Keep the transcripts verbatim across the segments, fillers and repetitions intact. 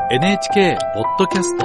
エヌエイチケー ポッドキャスト、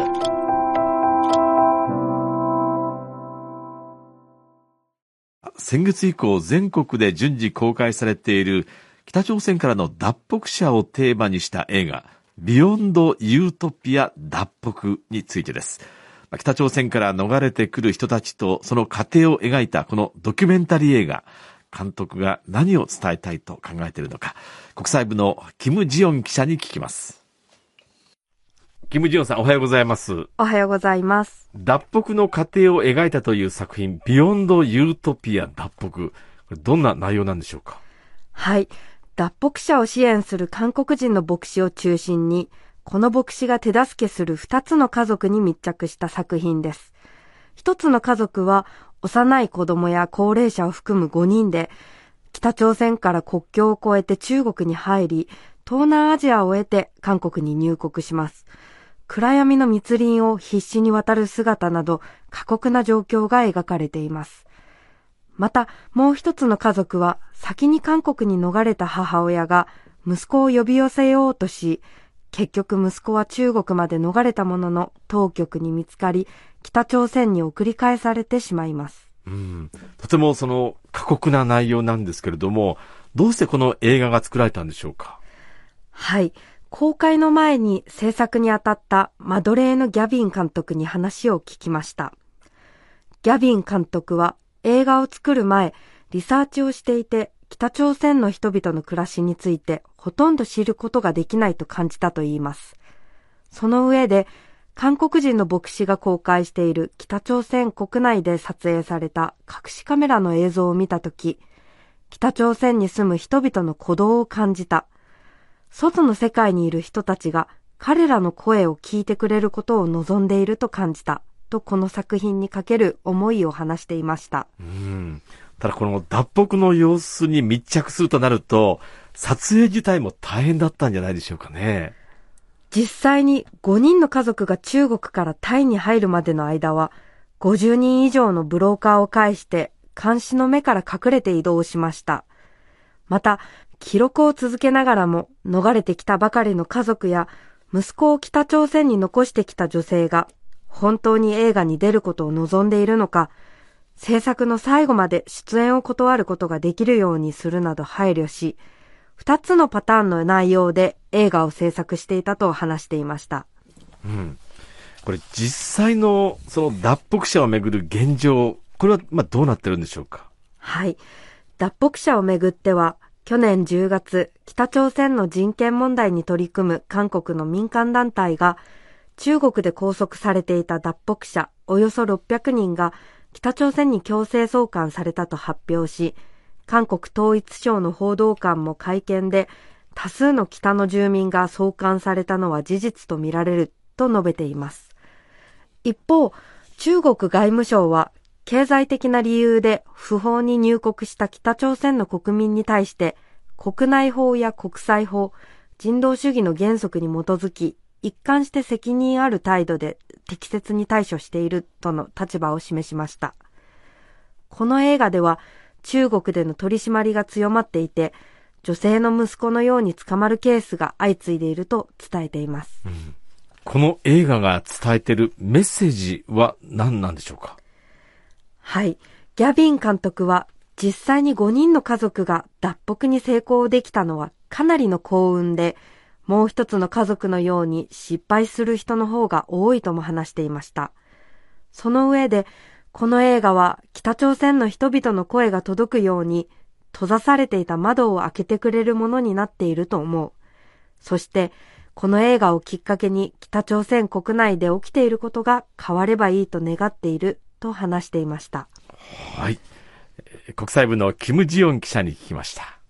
先月以降全国で順次公開されている北朝鮮からの脱北者をテーマにした映画ビヨンド・ユートピア脱北についてです。北朝鮮から逃れてくる人たちとその過程を描いたこのドキュメンタリー映画、監督が何を伝えたいと考えているのか、国際部のキム・ジヨン記者に聞きます。キム・ジヨンさん、おはようございます。 おはようございます。 脱北の過程を描いたという作品、ビヨンド・ユートピア脱北、これどんな内容なんでしょうか？ はい。脱北者を支援する韓国人の牧師を中心に、この牧師が手助けする二つの家族に密着した作品です。一つの家族は、幼い子供や高齢者を含むごにんで、北朝鮮から国境を越えて中国に入り、東南アジアを経て韓国に入国します。暗闇の密林を必死に渡る姿など過酷な状況が描かれています。またもう一つの家族は先に韓国に逃れた母親が息子を呼び寄せようとし、結局息子は中国まで逃れたものの当局に見つかり北朝鮮に送り返されてしまいます。 うん、とてもその過酷な内容なんですけれども、どうしてこの映画が作られたんでしょうか？ はい。公開の前に制作に当たったマドレーヌ・ギャビン監督に話を聞きました。ギャビン監督は映画を作る前、リサーチをしていて、北朝鮮の人々の暮らしについてほとんど知ることができないと感じたといいます。その上で、韓国人の牧師が公開している北朝鮮国内で撮影された隠しカメラの映像を見たとき、北朝鮮に住む人々の鼓動を感じた。外の世界にいる人たちが彼らの声を聞いてくれることを望んでいると感じたと、この作品にかける思いを話していました。 うん、ただこの脱北の様子に密着するとなると撮影自体も大変だったんじゃないでしょうかね。 実際にごにんの家族が中国からタイに入るまでの間はごじゅうにん以上のブローカーを介して監視の目から隠れて移動しました。また記録を続けながらも逃れてきたばかりの家族や息子を北朝鮮に残してきた女性が本当に映画に出ることを望んでいるのか、制作の最後まで出演を断ることができるようにするなど配慮し、二つのパターンの内容で映画を制作していたと話していました。 うん、これ実際のその脱北者をめぐる現状、これはまあどうなってるんでしょうか？ はい。脱北者をめぐっては、去年じゅうがつ、北朝鮮の人権問題に取り組む韓国の民間団体が、中国で拘束されていた脱北者およそろっぴゃくにんが北朝鮮に強制送還されたと発表し、韓国統一省の報道官も会見で、多数の北の住民が送還されたのは事実とみられると述べています。一方、中国外務省は、経済的な理由で不法に入国した北朝鮮の国民に対して国内法や国際法、人道主義の原則に基づき一貫して責任ある態度で適切に対処しているとの立場を示しました。この映画では中国での取り締まりが強まっていて、女性の息子のように捕まるケースが相次いでいると伝えています。 うん、この映画が伝えているメッセージは何なんでしょうか？ はい。ギャビン監督は実際にごにんの家族が脱北に成功できたのはかなりの幸運で、もう一つの家族のように失敗する人の方が多いとも話していました。その上で、この映画は北朝鮮の人々の声が届くように閉ざされていた窓を開けてくれるものになっていると思う。そしてこの映画をきっかけに北朝鮮国内で起きていることが変わればいいと願っていると話していました。 はい。国際部のキム・ジヨン記者に聞きました。